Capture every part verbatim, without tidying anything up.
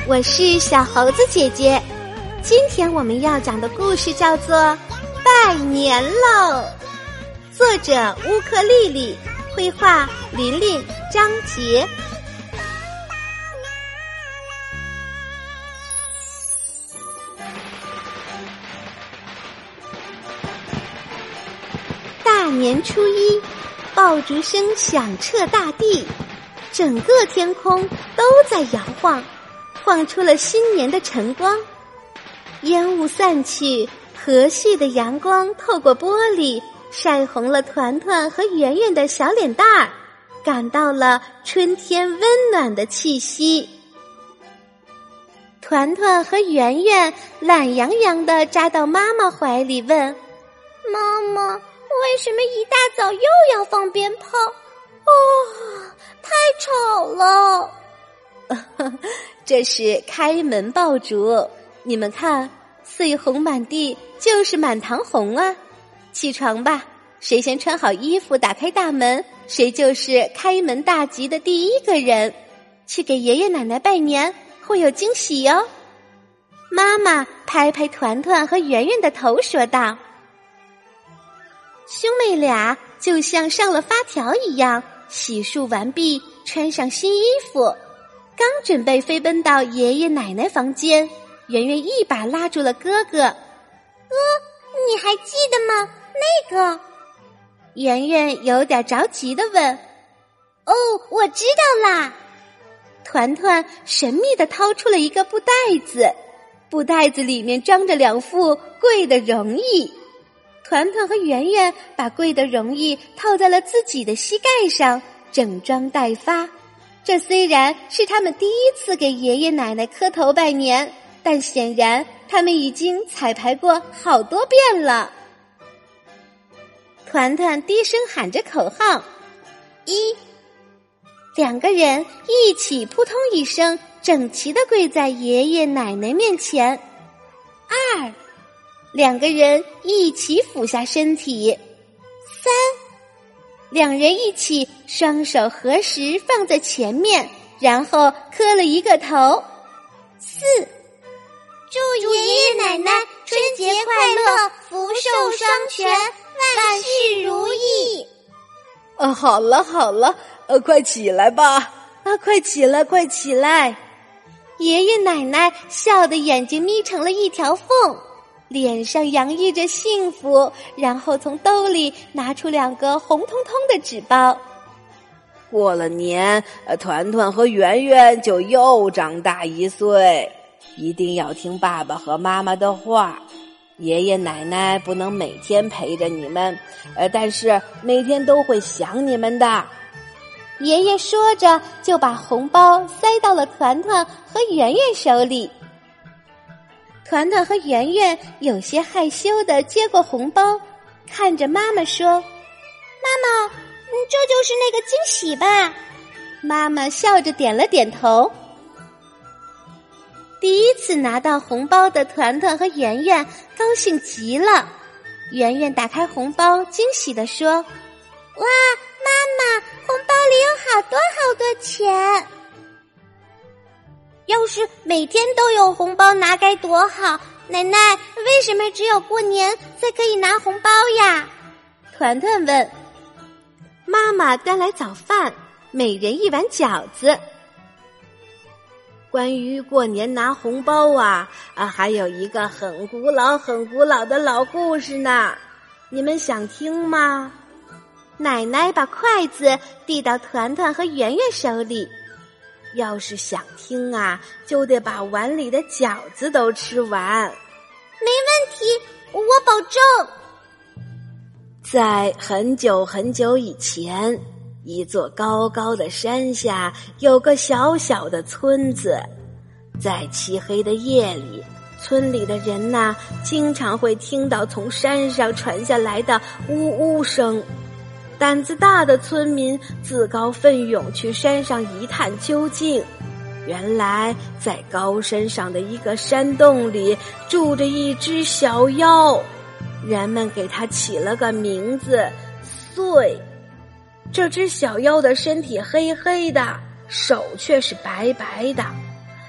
我是小猴子姐姐。今天我们要讲的故事叫做《拜年喽》，作者乌克丽丽，绘画琳琳、张杰。大年初一，爆竹声响彻大地，整个天空都在摇晃，晃出了新年的晨光。烟雾散去，和煦的阳光透过玻璃，晒红了团团和圆圆的小脸蛋儿，感到了春天温暖的气息。团团和圆圆懒洋洋地扎到妈妈怀里，问： 妈妈，为什么一大早又要放鞭炮？哦，太吵了。 这是开门爆竹，你们看，碎红满地就是满堂红啊！起床吧，谁先穿好衣服打开大门，谁就是开门大吉的第一个人。去给爷爷奶奶拜年，会有惊喜哟。妈妈拍拍团团和圆圆的头说道。兄妹俩就像上了发条一样，洗漱完毕，穿上新衣服，刚准备飞奔到爷爷奶奶房间，圆圆一把拉住了哥哥。 哥，你还记得吗？那个…… 圆圆有点着急地问。 哦，我知道啦。 团团神秘地掏出了一个布袋子，布袋子里面装着两副贵的绒衣。团团和圆圆把贵的绒衣套在了自己的膝盖上，整装待发。这虽然是他们第一次给爷爷奶奶磕头拜年，但显然他们已经彩排过好多遍了。团团低声喊着口号：一，两个人一起扑通一声，整齐地跪在爷爷奶奶面前。二，两个人一起俯下身体。三，两人一起双手合十放在前面，然后磕了一个头。四， 祝爷爷奶奶春节快乐，福寿双全，万事如意。 呃，好了好了，呃，快起来吧！ 啊，快起来，快起来！爷爷奶奶笑得眼睛眯成了一条缝，脸上洋溢着幸福，然后从兜里拿出两个红彤彤的纸包。 过了年，呃，团团和圆圆就又长大一岁，一定要听爸爸和妈妈的话。爷爷奶奶不能每天陪着你们，呃，但是每天都会想你们的。 爷爷说着，就把红包塞到了团团和圆圆手里。团团和圆圆有些害羞地接过红包，看着妈妈说： 妈妈，这就是那个惊喜吧？ 妈妈笑着点了点头。第一次拿到红包的团团和圆圆高兴极了。圆圆打开红包，惊喜地说： 哇，妈妈，红包里有好多好多钱！要是每天都有红包拿该多好！奶奶，为什么只有过年才可以拿红包呀？ 团团问。妈妈端来早饭，每人一碗饺子。 关于过年拿红包啊，啊，还有一个很古老很古老的老故事呢，你们想听吗？ 奶奶把筷子递到团团和圆圆手里。 要是想听啊，就得把碗里的饺子都吃完。 没问题，我保证。 在很久很久以前，一座高高的山下有个小小的村子。在漆黑的夜里，村里的人呐、啊，经常会听到从山上传下来的呜呜声。胆子大的村民自告奋勇去山上一探究竟。原来在高山上的一个山洞里住着一只小妖，人们给它起了个名字祟。这只小妖的身体黑黑的，手却是白白的，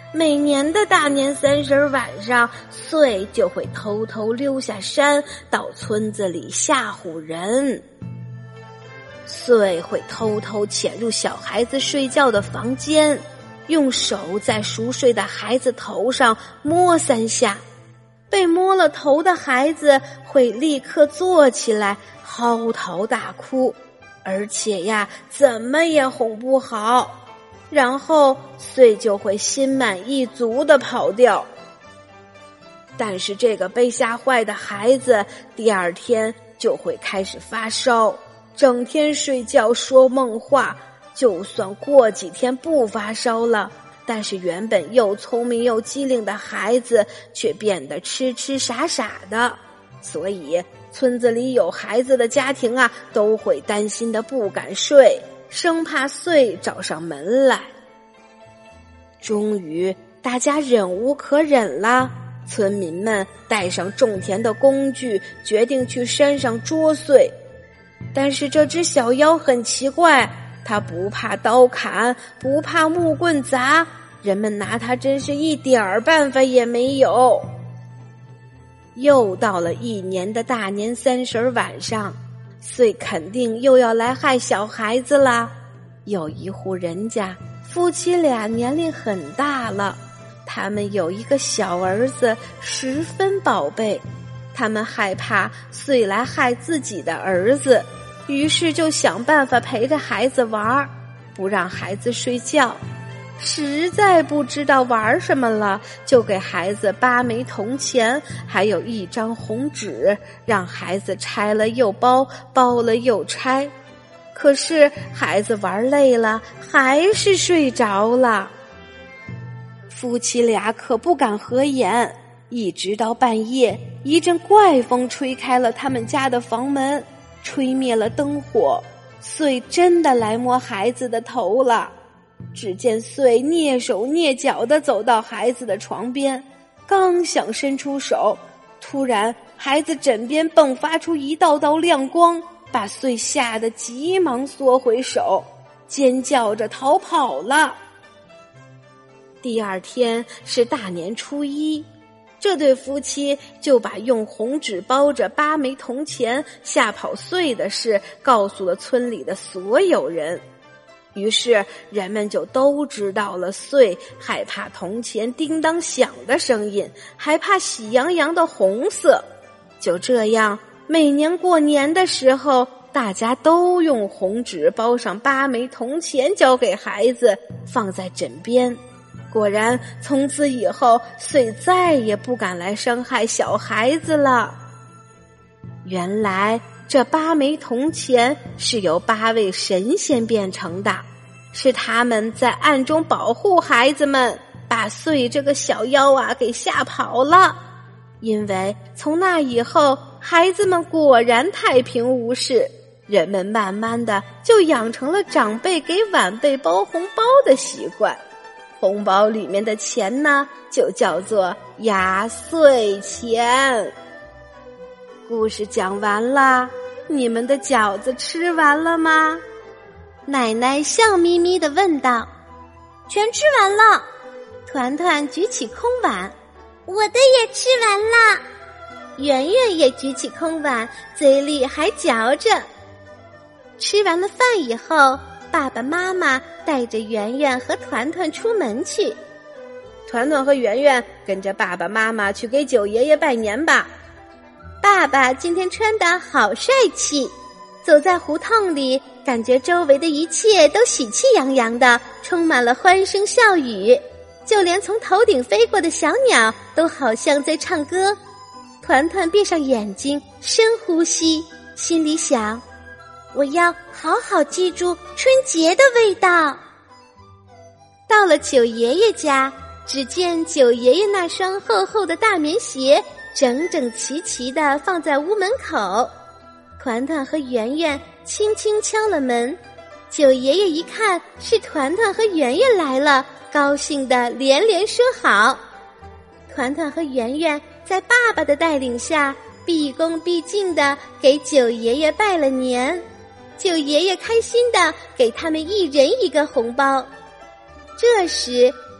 每年的大年三十晚上，穗就会偷偷溜下山，到村子里吓唬人。穗会偷偷潜入小孩子睡觉的房间，用手在熟睡的孩子头上摸三下，被摸了头的孩子会立刻坐起来嚎啕大哭，而且呀，怎么也哄不好，然后穗就会心满意足地跑掉。但是这个被吓坏的孩子第二天就会开始发烧，整天睡觉说梦话，就算过几天不发烧了，但是原本又聪明又机灵的孩子却变得痴痴傻傻的。所以村子里有孩子的家庭啊，都会担心的不敢睡，生怕穗找上门来。终于大家忍无可忍了，村民们带上种田的工具，决定去山上捉穗。但是这只小妖很奇怪，它不怕刀砍，不怕木棍砸，人们拿它真是一点儿办法也没有。又到了一年的大年三十晚上，穗肯定又要来害小孩子啦。有一户人家，夫妻俩年龄很大了，他们有一个小儿子，十分宝贝。他们害怕穗来害自己的儿子，于是就想办法陪着孩子玩，不让孩子睡觉。实在不知道玩什么了，就给孩子八枚铜钱，还有一张红纸，让孩子拆了又包，包了又拆。可是孩子玩累了，还是睡着了。夫妻俩可不敢合眼，一直到半夜，一阵怪风吹开了他们家的房门，吹灭了灯火，穗真的来摸孩子的头了。只见穗蹑手蹑脚地走到孩子的床边，刚想伸出手，突然孩子枕边迸发出一道道亮光，把穗吓得急忙缩回手，尖叫着逃跑了。第二天是大年初一，这对夫妻就把用红纸包着八枚铜钱吓跑穗的事告诉了村里的所有人。于是人们就都知道了穗害怕铜钱叮当响的声音，还怕喜洋洋的红色。就这样，每年过年的时候，大家都用红纸包上八枚铜钱交给孩子，放在枕边。果然从此以后，穗再也不敢来伤害小孩子了。原来这八枚铜钱是由八位神仙变成的，是他们在暗中保护孩子们，把穗这个小妖啊给吓跑了。因为从那以后，孩子们果然太平无事，人们慢慢的就养成了长辈给晚辈包红包的习惯。红包里面的钱呢，就叫做压岁钱。故事讲完了，你们的饺子吃完了吗？ 奶奶笑眯眯地问道。 全吃完了。 团团举起空碗。 我的也吃完了。 圆圆也举起空碗，嘴里还嚼着。吃完了饭以后，爸爸妈妈带着圆圆和团团出门去。 团团和圆圆跟着爸爸妈妈去给九爷爷拜年吧。 爸爸今天穿得好帅气，走在胡同里，感觉周围的一切都喜气洋洋的，充满了欢声笑语，就连从头顶飞过的小鸟都好像在唱歌。团团闭上眼睛，深呼吸，心里想，我要好好记住春节的味道。到了九爷爷家，只见九爷爷那双厚厚的大棉鞋整整齐齐地放在屋门口。团团和圆圆轻轻敲了门，九爷爷一看是团团和圆圆来了，高兴地连连说好。团团和圆圆在爸爸的带领下，毕恭毕敬地给九爷爷拜了年。九爷爷开心地给他们一人一个红包。这时，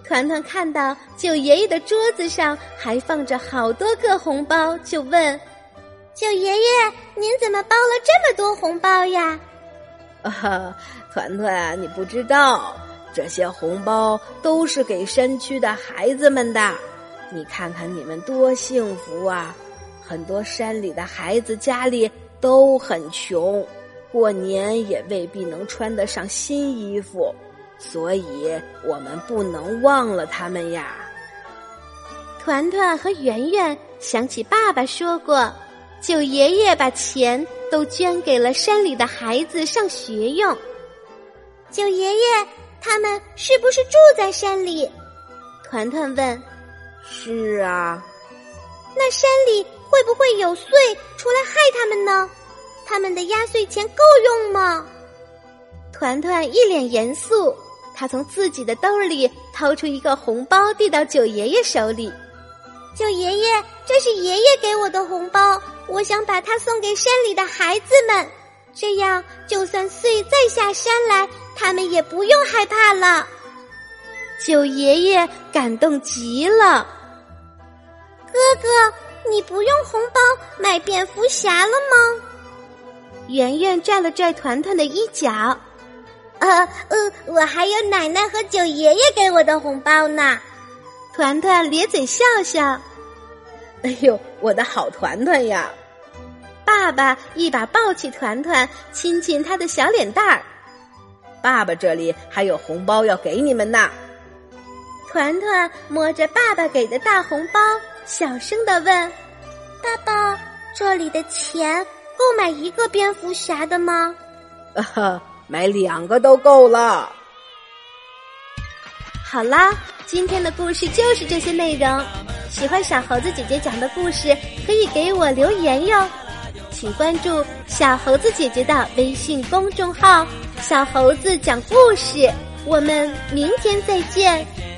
团团看到九爷爷的桌子上还放着好多个红包，就问： 九爷爷，您怎么包了这么多红包呀？ 啊，团团啊，你不知道，这些红包都是给山区的孩子们的。你看看你们多幸福啊！很多山里的孩子家里都很穷，过年也未必能穿得上新衣服，所以我们不能忘了他们呀。 团团和圆圆想起爸爸说过，九爷爷把钱都捐给了山里的孩子上学用。 九爷爷他们是不是住在山里？ 团团问。 是啊。 那山里会不会有祟出来害他们呢？他们的压岁钱够用吗？ 团团一脸严肃，他从自己的兜里掏出一个红包递到九爷爷手里。 九爷爷，这是爷爷给我的红包，我想把它送给山里的孩子们，这样就算祟再下山来，他们也不用害怕了。 九爷爷感动极了。 哥哥，你不用红包买蝙蝠侠了吗？ 圆圆拽了拽团团的衣角。 呃呃，我还有奶奶和九爷爷给我的红包呢。 团团咧嘴笑笑。 哎呦，我的好团团呀！ 爸爸一把抱起团团，亲亲他的小脸蛋儿。 爸爸这里还有红包要给你们呢。 团团摸着爸爸给的大红包，小声地问： 爸爸，这里的钱够买一个蝙蝠侠的吗？ 啊，买两个都够了。 好啦，今天的故事就是这些内容。喜欢小猴子姐姐讲的故事，可以给我留言哟。请关注小猴子姐姐的微信公众号“小猴子讲故事”。我们明天再见。